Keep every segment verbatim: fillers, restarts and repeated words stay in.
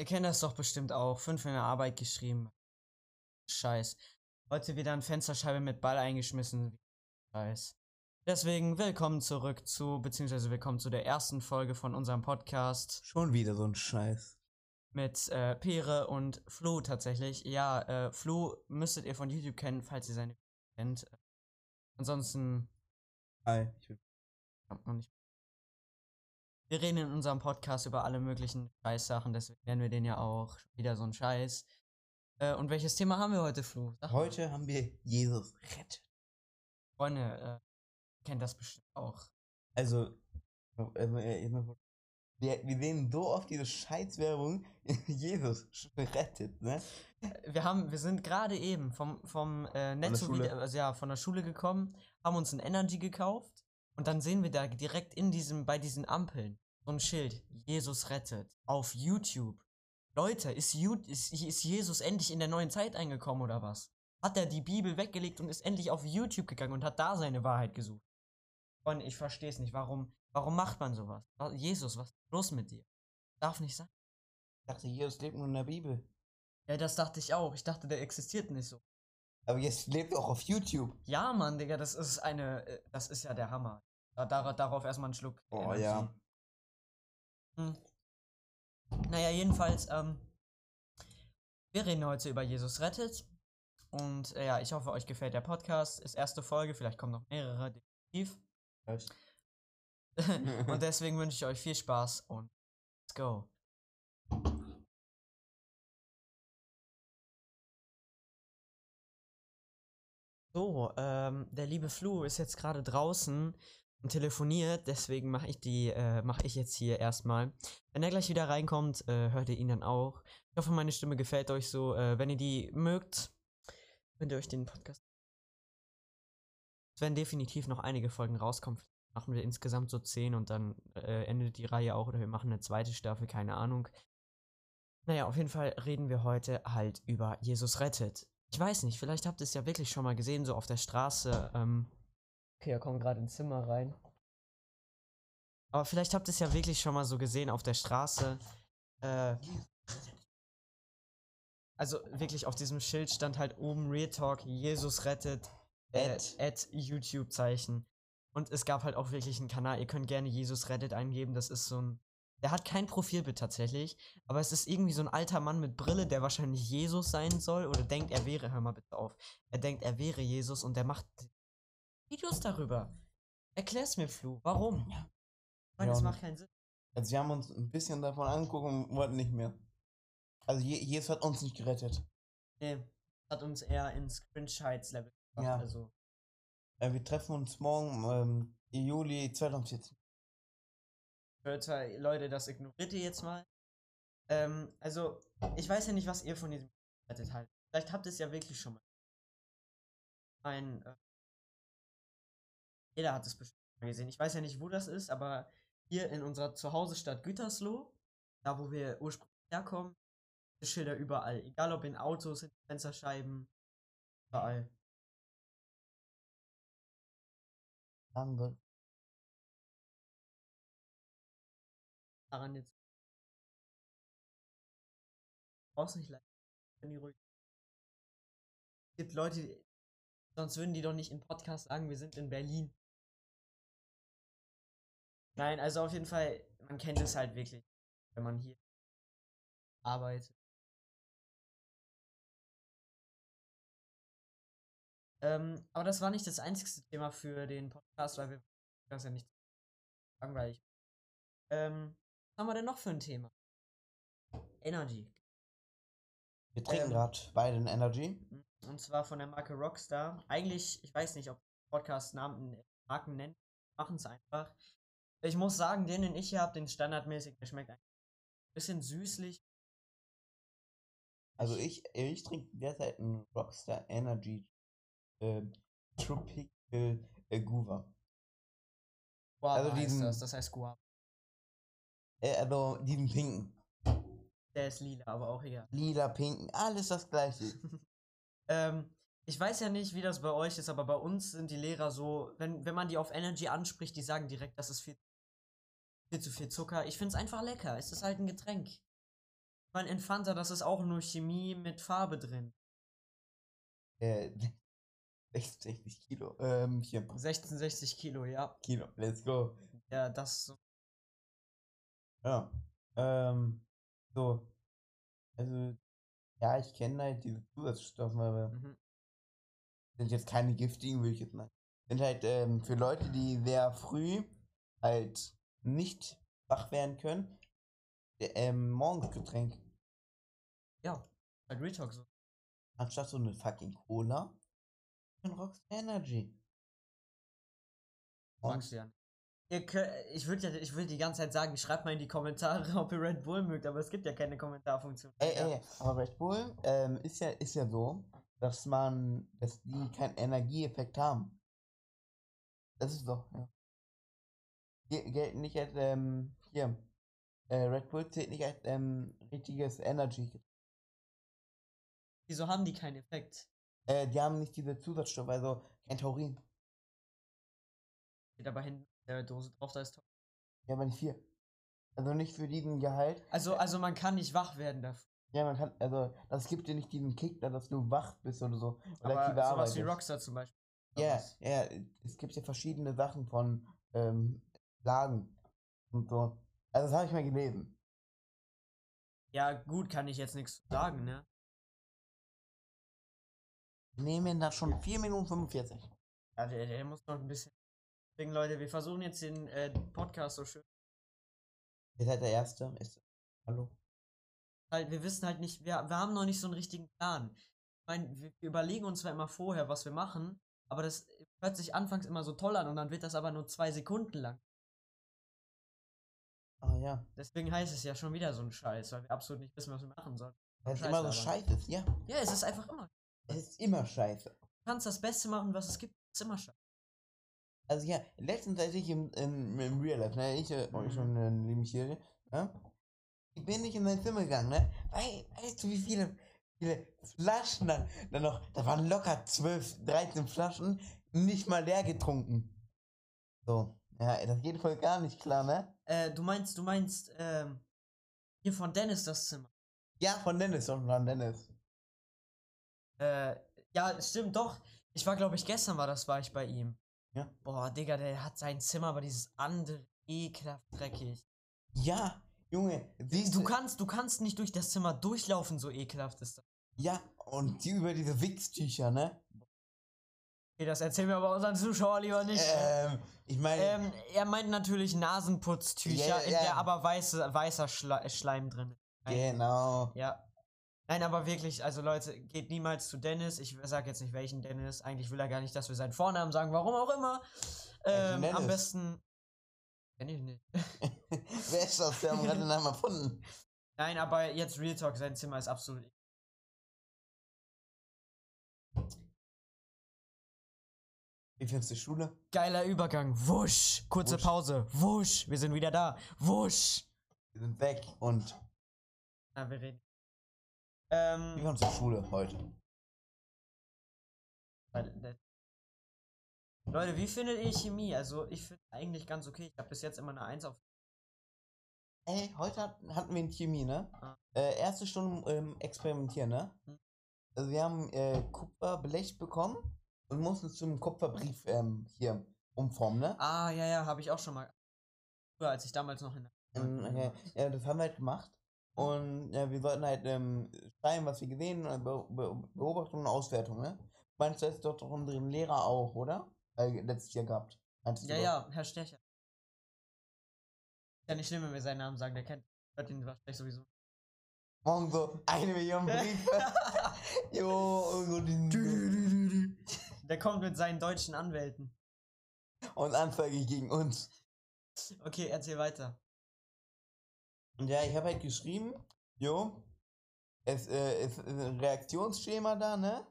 ihr kennt das doch bestimmt auch. Fünf in der Arbeit geschrieben. Scheiß. Heute wieder eine Fensterscheibe mit Ball eingeschmissen. Scheiß. Deswegen willkommen zurück zu, beziehungsweise willkommen zu der ersten Folge von unserem Podcast. Schon wieder so ein Scheiß. Mit äh, Pere und Flo tatsächlich. Ja, äh, Flo müsstet ihr von YouTube kennen, falls ihr seine kennt. Ansonsten. Hi. Ich bin noch nicht. Wir reden in unserem Podcast über alle möglichen Scheißsachen, deswegen nennen wir den ja auch wieder so ein Scheiß. Äh, und welches Thema haben wir heute, Flo? Sag mal. Heute haben wir Jesus rettet. Freunde, äh, kennt das bestimmt auch. Also, also äh, wir, wir sehen so oft diese Scheißwerbung, Jesus rettet, ne? Wir haben, wir sind gerade eben vom, vom äh, Netto wieder, also ja, von der Schule gekommen, haben uns ein Energy gekauft und dann sehen wir da direkt in diesem, bei diesen Ampeln so ein Schild, Jesus rettet, auf YouTube. Leute, ist, ist, ist Jesus endlich in der neuen Zeit eingekommen oder was? Hat er die Bibel weggelegt und ist endlich auf YouTube gegangen und hat da seine Wahrheit gesucht? Und ich verstehe es nicht, warum, warum macht man sowas? Jesus, was ist los mit dir? Darf nicht sein. Ich dachte, Jesus lebt nur in der Bibel. Ja, das dachte ich auch. Ich dachte, der existiert nicht so. Aber jetzt lebt er auch auf YouTube. Ja, Mann, Digga, das ist eine, das ist ja der Hammer. Da, dar, darauf erstmal einen Schluck. Oh Energy. Ja. Hm. Naja, jedenfalls, ähm, wir reden heute über Jesus rettet. Und äh, ja, ich hoffe, euch gefällt der Podcast. Ist erste Folge, vielleicht kommen noch mehrere, definitiv. Und deswegen wünsche ich euch viel Spaß und let's go. So, ähm, der liebe Flo ist jetzt gerade draußen und telefoniert, deswegen mache ich die, äh, mache ich jetzt hier erstmal. Wenn er gleich wieder reinkommt, äh, hört ihr ihn dann auch. Ich hoffe, meine Stimme gefällt euch so. Äh, wenn ihr die mögt, könnt ihr euch den Podcast. Es werden definitiv noch einige Folgen rauskommen. Machen wir insgesamt so zehn und dann äh, endet die Reihe auch oder wir machen eine zweite Staffel, keine Ahnung. Naja, auf jeden Fall reden wir heute halt über Jesus rettet. Ich weiß nicht, vielleicht habt ihr es ja wirklich schon mal gesehen, so auf der Straße. Ähm okay, er kommt gerade ins Zimmer rein. Aber vielleicht habt ihr es ja wirklich schon mal so gesehen auf der Straße. Äh, also wirklich auf diesem Schild stand halt oben Real Talk, Jesus rettet, äh, at YouTube-Zeichen. Und es gab halt auch wirklich einen Kanal, ihr könnt gerne Jesus rettet eingeben, das ist so ein... Der hat kein Profilbild tatsächlich, aber es ist irgendwie so ein alter Mann mit Brille, der wahrscheinlich Jesus sein soll oder denkt, er wäre, hör mal bitte auf, er denkt, er wäre Jesus und der macht Videos darüber. Erklär's mir, Flo, warum? Ja. Nein, das macht keinen Sinn. Also wir haben uns ein bisschen davon angeguckt und wollten nicht mehr. Also Jesus hat uns nicht gerettet. Nee, hat uns eher ins Cringe-Heights-Level gebracht, ja. Also. Äh, wir treffen uns morgen ähm, im Juli zweitausendvierzehn. Leute, das ignoriert ihr jetzt mal. Ähm, also, ich weiß ja nicht, was ihr von diesem rettet haltet. Vielleicht habt ihr es ja wirklich schon mal. Ein, äh, jeder hat es bestimmt mal gesehen. Ich weiß ja nicht, wo das ist, aber hier in unserer Zuhause-Stadt Gütersloh, da wo wir ursprünglich herkommen, Schilder überall. Egal ob in Autos, in Fensterscheiben, überall. Danke. Daran jetzt. Brauchst nicht leiden. Wenn die ruhig. Es gibt Leute, die, sonst würden die doch nicht im Podcast sagen, wir sind in Berlin. Nein, also auf jeden Fall, man kennt es halt wirklich, wenn man hier arbeitet. Ähm, aber das war nicht das einzigste Thema für den Podcast, weil wir das ja nicht langweilig. Ähm, was haben wir denn noch für ein Thema? Energy. Wir trinken Ähm, gerade beide ein Energy. Und zwar von der Marke Rockstar. Eigentlich, ich weiß nicht, ob Podcast-Namen Marken nennen, machen es einfach. Ich muss sagen, den, den ich hier habe, den standardmäßig, der schmeckt ein bisschen süßlich. Also ich, ich trinke derzeit einen Rockstar Energy äh, Tropical äh, Guava. Guava also diesen, heißt das, das heißt Guava. Äh, also diesen pinken. Der ist lila, aber auch egal. Lila, pinken, alles das gleiche. ähm, ich weiß ja nicht, wie das bei euch ist, aber bei uns sind die Lehrer so, wenn, wenn man die auf Energy anspricht, die sagen direkt, das ist viel, viel zu viel Zucker. Ich finde es einfach lecker. Es ist halt ein Getränk. Mein in Fanta, das ist auch nur Chemie mit Farbe drin. Äh, sechsundsechzig Kilo. Ähm, hier. sechsundsechzig Kilo, ja. Kilo, let's go. Ja, das ist so. Ja. Ähm, so. Also, ja, ich kenne halt diese Zusatzstoffe, aber Mhm. sind jetzt keine giftigen, würde ich jetzt mal. Sind halt ähm, für Leute, die sehr früh halt nicht wach werden können, der, ähm, Morgensgetränk. Ja, halt Real Talk so. Anstatt so eine fucking Cola, ein Rockstar Energy. Magst du Und, ja nicht. Ihr könnt, ich würde ja, ich will die ganze Zeit sagen, schreibt mal in die Kommentare, ob ihr Red Bull mögt, aber es gibt ja keine Kommentarfunktion. ey, Ja. ey, aber Red Bull ähm, ist ja, ist ja so, dass man, dass die keinen Energieeffekt haben. Das ist doch, ja. Ge- Gelten nicht als, ähm, hier, äh, Red Bull zählt nicht als, ähm, richtiges Energy. Wieso haben die keinen Effekt? Äh, die haben nicht diese Zusatzstoffe, also kein Taurin. Steht aber hinten in der Dose drauf, da ist top. Ja, aber nicht viel. Also nicht für diesen Gehalt. Also, also man kann nicht wach werden dafür. Ja, man kann, also das gibt dir nicht diesen Kick, dass du wach bist oder so. Oder Aber aktive sowas Arbeit wie ist. Rockstar zum Beispiel. oder Ja, was? ja, es gibt ja verschiedene Sachen von ähm, Lagen und so. Also das habe ich mal gelesen. Ja, gut, kann ich jetzt nichts zu sagen, ne? Wir nehmen da schon vier Minuten fünfundvierzig. Ja, der, der muss noch ein bisschen. Deswegen, Leute, wir versuchen jetzt den äh, Podcast so schön. Ihr seid der Erste. Ist, hallo? Halt, wir wissen halt nicht, wir, wir haben noch nicht so einen richtigen Plan. Ich meine, wir, wir überlegen uns zwar immer vorher, was wir machen, aber das hört sich anfangs immer so toll an und dann wird das aber nur zwei Sekunden lang. Ah ja. Deswegen heißt es ja schon wieder so ein Scheiß, weil wir absolut nicht wissen, was wir machen sollen. Weil es Scheiß immer so labern. scheiße ist, ja. Ja, es ist einfach immer. Es ist immer scheiße. Du kannst das Beste machen, was es gibt. Es ist immer scheiße. Also ja, letztens als ich im, im, im Real Life, ne, ich äh, Mhm. schon äh, neben hier, ne, ich bin nicht in mein Zimmer gegangen, ne, weil, weißt du, wie viele, viele Flaschen dann, dann noch, da waren locker zwölf, dreizehn Flaschen, nicht mal leer getrunken. So, ja, das geht voll gar nicht klar, ne? Äh, du meinst, du meinst, ähm, hier von Dennis das Zimmer. Ja, von Dennis, von von Dennis. Äh, ja, stimmt, doch. Ich war, glaube ich, gestern war das, war ich bei ihm. Ja. Boah, Digga, der hat sein Zimmer, aber dieses andere ekelhaft dreckig. Ja, Junge, siehst Du kannst, du kannst nicht durch das Zimmer durchlaufen, so ekelhaft ist das. ja, und die über diese Wichstücher, ne? Okay, das erzählen wir aber unseren Zuschauern lieber nicht. Ähm, ich meine, Ähm, er meint natürlich Nasenputztücher, Ja, in ja. der aber weiße, weißer Schla Schleim drin ist. genau. Ja. Nein, aber wirklich, also Leute, geht niemals zu Dennis. Ich sag jetzt nicht welchen Dennis. Eigentlich will er gar nicht, dass wir seinen Vornamen sagen, warum auch immer. Ähm, Dennis? am besten. Kenn ich nicht. Wer ist das? Wir haben gerade den Namen erfunden. Nein, aber jetzt Real Talk, sein Zimmer ist absolut. Wie findest du die Schule? Geiler Übergang. Wusch. Kurze Wusch. Pause. Wusch. Wir sind wieder da. Wusch. Wir sind weg und Na, wir reden. wie Ähm. fandest du die Schule heute? Leute, wie findet ihr Chemie? Also, ich finde eigentlich ganz okay. Ich habe bis jetzt immer eine eins auf. Ey, heute hat, hatten wir in Chemie, ne? Ah. Äh, erste Stunde ähm, experimentieren, ne? Hm. Also wir haben äh, Kupferblech bekommen und mussten es zum Kupferbrief ähm, hier umformen, ne? Ah, ja, ja, habe ich auch schon mal. Früher, als ich damals noch in der. Ähm, okay. Ja, das haben wir halt gemacht. Und ja, wir sollten halt ähm, schreiben, was wir gesehen haben, Be Be Beobachtung und Auswertung, ne? Meinst du, das ist doch unseren Lehrer auch, oder? Äh, letztes Jahr gehabt. Meintest Ja, du ja, Herr Stecher. Ist ja nicht schlimm, wenn wir seinen Namen sagen, der kennt hört ihn wahrscheinlich sowieso. doch? Morgen so eine Million Briefe. Jo, irgendwo diesen. Der kommt mit seinen deutschen Anwälten. Und Anzeige gegen uns. Okay, erzähl weiter. Und ja, ich habe halt geschrieben, jo, es äh, ist ein Reaktionsschema da, ne?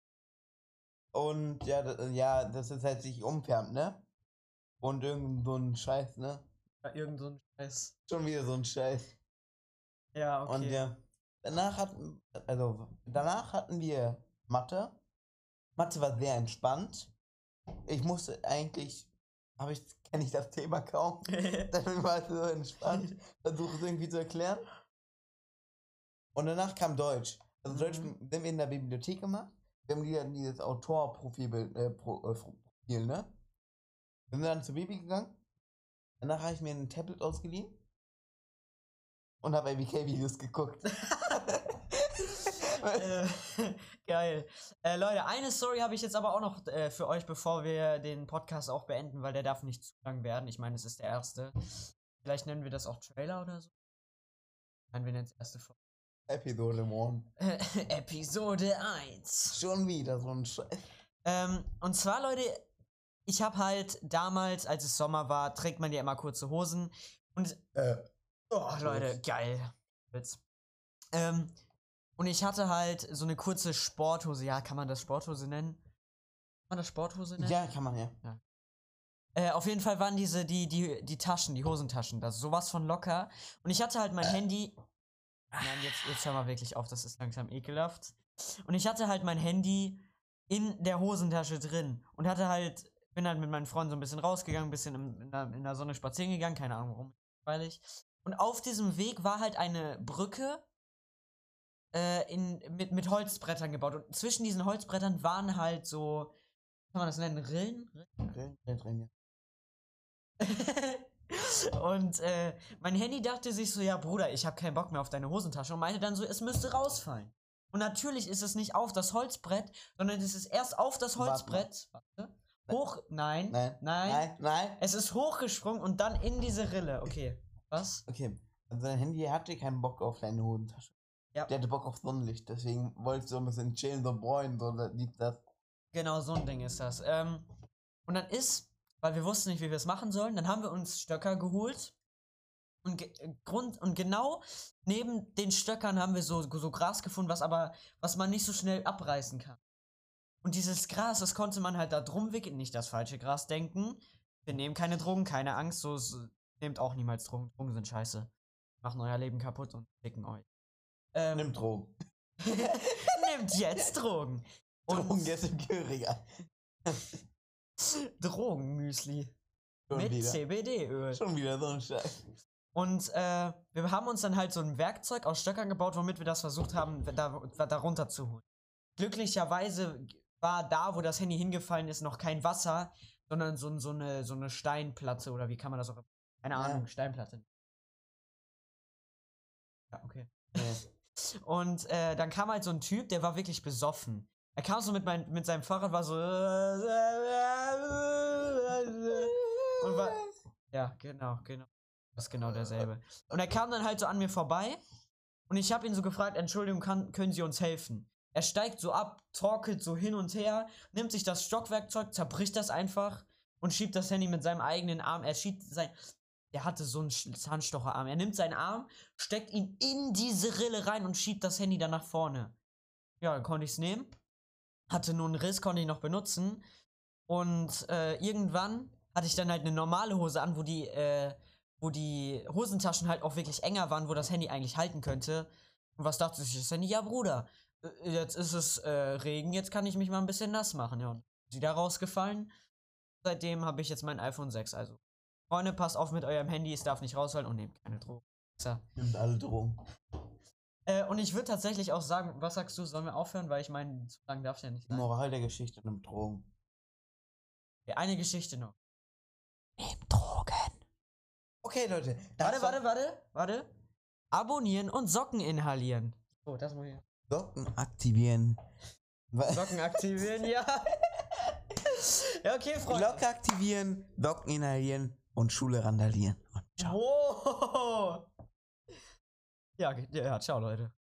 Und ja, das, ja, das ist halt sich umfärbt, ne? Und irgend so ein Scheiß, ne? Ja, irgend so ein Scheiß. Schon wieder so ein Scheiß. Ja, okay. Und ja, danach hatten, also danach hatten wir Mathe. Mathe war sehr entspannt. Ich musste eigentlich, habe ich, kenne ich das Thema kaum. Dann war es so entspannt. Versuche es irgendwie zu erklären. Und danach kam Deutsch. Also Deutsch Mhm. sind wir in der Bibliothek gemacht. Wir haben die- dieses Autorprofil, äh, Pro, äh, Profil, ne? Sind wir dann zur Baby gegangen. Danach habe ich mir ein Tablet ausgeliehen. Und habe A B K-Videos geguckt. äh, geil. Äh, Leute, eine Story habe ich jetzt aber auch noch äh, für euch, bevor wir den Podcast auch beenden, weil der darf nicht zu lang werden. Ich meine, es ist der erste. Vielleicht nennen wir das auch Trailer oder so. Nein, wir nennen es erste Folge. Episode one. Episode eins. Schon wieder so ein Scheiß. Ähm, und zwar, Leute, ich habe halt damals, als es Sommer war, trägt man ja immer kurze Hosen. Und, Äh, oh, Leute, geil. Witz. Ähm, und ich hatte halt so eine kurze Sporthose. Ja, kann man das Sporthose nennen? Kann man das Sporthose nennen? ja, kann man ja. Äh, auf jeden Fall waren diese, die, die, die Taschen, die Hosentaschen, das ist sowas von locker. Und ich hatte halt mein Handy. Nein, jetzt, jetzt hör mal wirklich auf, das ist langsam ekelhaft. Und ich hatte halt mein Handy in der Hosentasche drin. Und hatte halt, bin halt mit meinen Freunden so ein bisschen rausgegangen, ein bisschen in, in, der, in der Sonne spazieren gegangen, keine Ahnung warum, weil ich. Und auf diesem Weg war halt eine Brücke äh, in, mit, mit Holzbrettern gebaut. Und zwischen diesen Holzbrettern waren halt so, kann man das nennen, Rillen? Drin, drin, drin, ja. Und äh, mein Handy dachte sich so, ja Bruder, ich habe keinen Bock mehr auf deine Hosentasche und meinte dann so, es müsste rausfallen. Und natürlich ist es nicht auf das Holzbrett, sondern es ist erst auf das Holzbrett. Warte. Hoch, nein, Nein, nein, nein, nein. Es ist hochgesprungen und dann in diese Rille. Okay, was? Okay, also dein Handy hatte keinen Bock auf deine Hosentasche. Ja. Der hatte Bock auf Sonnenlicht, deswegen wolltest du ein bisschen chillen, so bräunen, so dies, das. Genau, so ein Ding ist das. Ähm, und dann ist, weil wir wussten nicht, wie wir es machen sollen, dann haben wir uns Stöcker geholt. Und, ge Grund, und genau neben den Stöckern haben wir so, so Gras gefunden, was aber, was man nicht so schnell abreißen kann. Und dieses Gras, das konnte man halt da drum wickeln, nicht das falsche Gras denken. Wir nehmen keine Drogen, keine Angst, so, so nehmt auch niemals Drogen. Drogen sind scheiße. Machen euer Leben kaputt und ficken euch. Ähm, Nimm Drogen. Nehmt jetzt Drogen. Und Drogen jetzt im Kühlregal. Drogenmüsli. Schon Mit wieder. C B D-Öl. Schon wieder so ein Scheiß. Und äh, wir haben uns dann halt so ein Werkzeug aus Stöckern gebaut, womit wir das versucht haben, da, da runter zu holen. Glücklicherweise war da, wo das Handy hingefallen ist, noch kein Wasser, sondern so, so, eine, so eine Steinplatte oder wie kann man das auch... Keine Ja. Ahnung, Steinplatte. Ja, okay. Ja. Und äh, dann kam halt so ein Typ, der war wirklich besoffen. Er kam so mit, mein, mit seinem Fahrrad, war so... Und war... Ja, genau, genau. Das ist genau derselbe. Und er kam dann halt so an mir vorbei und ich habe ihn so gefragt, Entschuldigung, kann, können Sie uns helfen? Er steigt so ab, torkelt so hin und her, nimmt sich das Stockwerkzeug, zerbricht das einfach und schiebt das Handy mit seinem eigenen Arm. Er schiebt sein... Er hatte so einen Zahnstocherarm. Er nimmt seinen Arm, steckt ihn in diese Rille rein und schiebt das Handy dann nach vorne. Ja, dann konnte ich es nehmen. Hatte nur einen Riss, konnte ich noch benutzen. Und äh, irgendwann hatte ich dann halt eine normale Hose an, wo die, äh, wo die Hosentaschen halt auch wirklich enger waren, wo das Handy eigentlich halten könnte. Und was dachte sich das Handy? Ja, Bruder, äh, jetzt ist es äh, Regen, jetzt kann ich mich mal ein bisschen nass machen. Ja, und ist wieder rausgefallen. Seitdem habe ich jetzt mein iPhone sechs, also. Freunde, passt auf mit eurem Handy, es darf nicht rausfallen und nehmt keine Drogen. So. Nimmt alle Drogen. Äh, und ich würde tatsächlich auch sagen, was sagst du, sollen wir aufhören, weil ich meine, zu lang darf es ja nicht Die sein. Moral der Geschichte nimmt Drogen. Ja, eine Geschichte noch. Nehmt Drogen. Okay, Leute. das Warte, war- warte, warte, warte. Abonnieren und Socken inhalieren. Oh, das muss ich. Socken aktivieren. Wa- Socken aktivieren, ja. Ja, okay, Freunde. Glocke aktivieren, Socken inhalieren und Schule randalieren. Und ciao. Wow. Ja, ge- ja, ciao, Leute.